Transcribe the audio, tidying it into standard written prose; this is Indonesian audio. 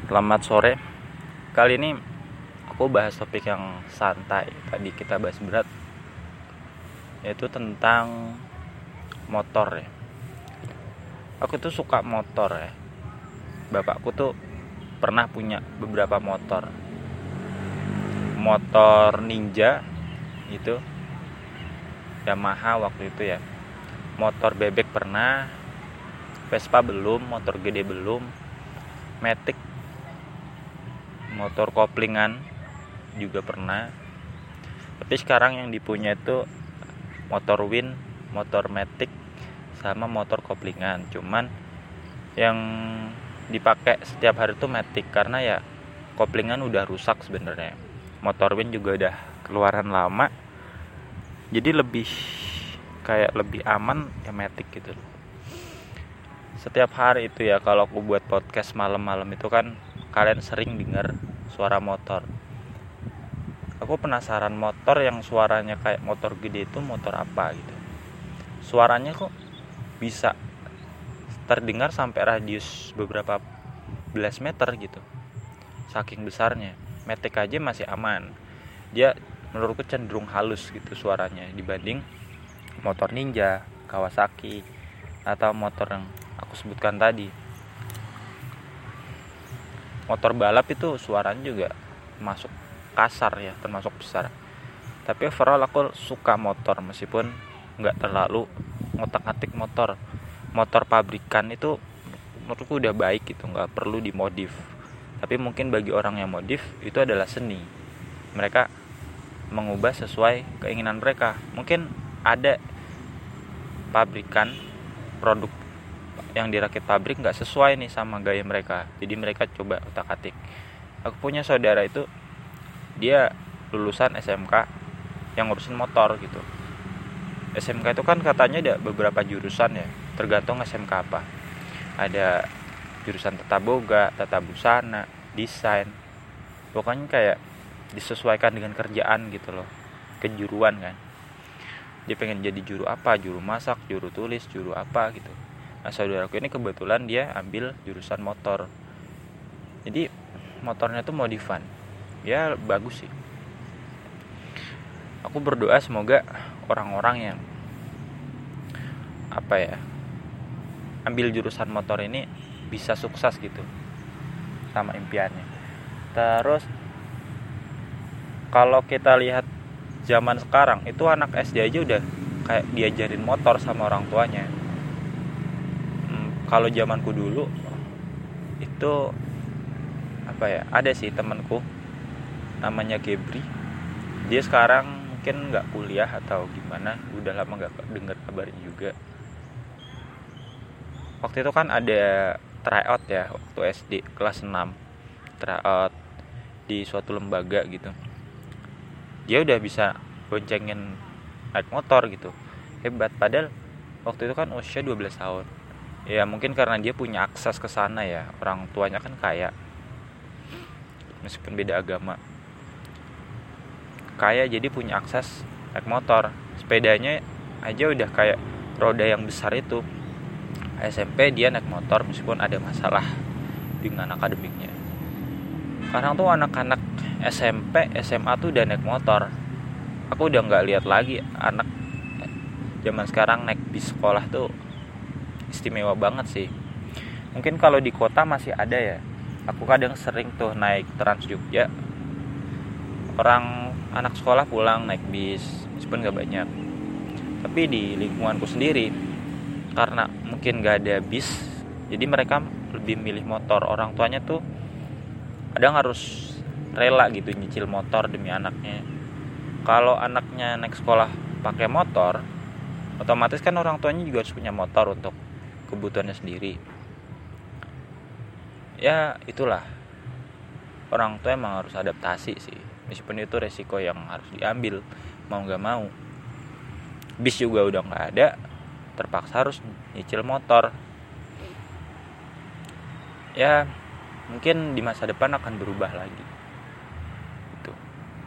Selamat sore. Kali ini aku bahas topik yang santai. Tadi kita bahas berat, yaitu tentang motor ya. Aku tuh suka motor ya. Bapakku tuh pernah punya beberapa motor. Motor Ninja itu Yamaha waktu itu ya. Motor bebek pernah, Vespa belum, motor gede belum, Matic, motor koplingan juga pernah. Tapi sekarang yang dipunya itu motor Wind, motor Matic, sama motor koplingan. Cuman yang dipakai setiap hari itu Matic karena ya koplingan udah rusak sebenarnya. Motor Wind juga udah keluaran lama. Jadi lebih aman ya Matic gitu. Setiap hari itu ya kalau aku buat podcast malam-malam itu kan kalian sering dengar suara motor. Aku penasaran motor yang suaranya kayak motor gede itu motor apa gitu. Suaranya kok bisa terdengar sampai radius beberapa belas meter gitu. Saking besarnya. Matic aja masih aman. Dia menurutku cenderung halus gitu suaranya dibanding motor Ninja, Kawasaki, atau motor yang aku sebutkan tadi. Motor balap itu suaranya juga masuk kasar ya, termasuk besar. Tapi overall aku suka motor meskipun nggak terlalu ngotak-atik motor. Motor pabrikan itu menurutku udah baik gitu, nggak perlu dimodif. Tapi mungkin bagi orang yang modif itu adalah seni. Mereka mengubah sesuai keinginan mereka. Mungkin ada pabrikan produk yang dirakit pabrik nggak sesuai nih sama gaya mereka, jadi mereka coba utak-atik. Aku punya saudara itu dia lulusan SMK yang ngurusin motor gitu. SMK itu kan katanya ada beberapa jurusan ya, tergantung SMK apa. Ada jurusan tata boga, tata busana, desain, pokoknya kayak disesuaikan dengan kerjaan gitu loh, kejuruan kan. Dia pengen jadi juru apa, juru masak, juru tulis, juru apa gitu. Nah saudaraku ini kebetulan dia ambil jurusan motor. Jadi motornya tuh modifan. Ya bagus sih. Aku berdoa semoga orang-orang yang ambil jurusan motor ini bisa sukses gitu sama impiannya. Terus kalau kita lihat zaman sekarang itu anak SD aja udah kayak diajarin motor sama orang tuanya. Kalau zamanku dulu itu ada sih temanku namanya Gebri. Dia sekarang mungkin nggak kuliah atau gimana, udah lama nggak dengar kabarnya juga. Waktu itu kan ada tryout ya waktu SD kelas 6, tryout di suatu lembaga gitu. Dia udah bisa boncengin naik motor gitu, hebat. Padahal waktu itu kan usia 12 tahun. Ya mungkin karena dia punya akses ke sana ya, orang tuanya kan kaya, meskipun beda agama, kaya jadi punya akses naik motor. Sepedanya aja udah kayak roda yang besar itu. SMP dia naik motor meskipun ada masalah dengan akademiknya. Sekarang tuh anak-anak SMP, SMA tuh udah naik motor. Aku udah gak lihat lagi anak zaman sekarang naik bis sekolah tuh istimewa banget sih. Mungkin kalau di kota masih ada ya. Aku kadang sering tuh naik Trans Jogja. Orang anak sekolah pulang naik bis, meskipun gak banyak. Tapi di lingkunganku sendiri, karena mungkin gak ada bis, jadi mereka lebih milih motor. Orang tuanya tuh kadang harus rela gitu nyicil motor demi anaknya. Kalau anaknya naik sekolah pakai motor, otomatis kan orang tuanya juga harus punya motor untuk kebutuhannya sendiri. Ya itulah, orang tua emang harus adaptasi sih, meskipun itu resiko yang harus diambil mau gak mau. Bis juga udah gak ada, terpaksa harus nyicil motor. Ya mungkin di masa depan akan berubah lagi.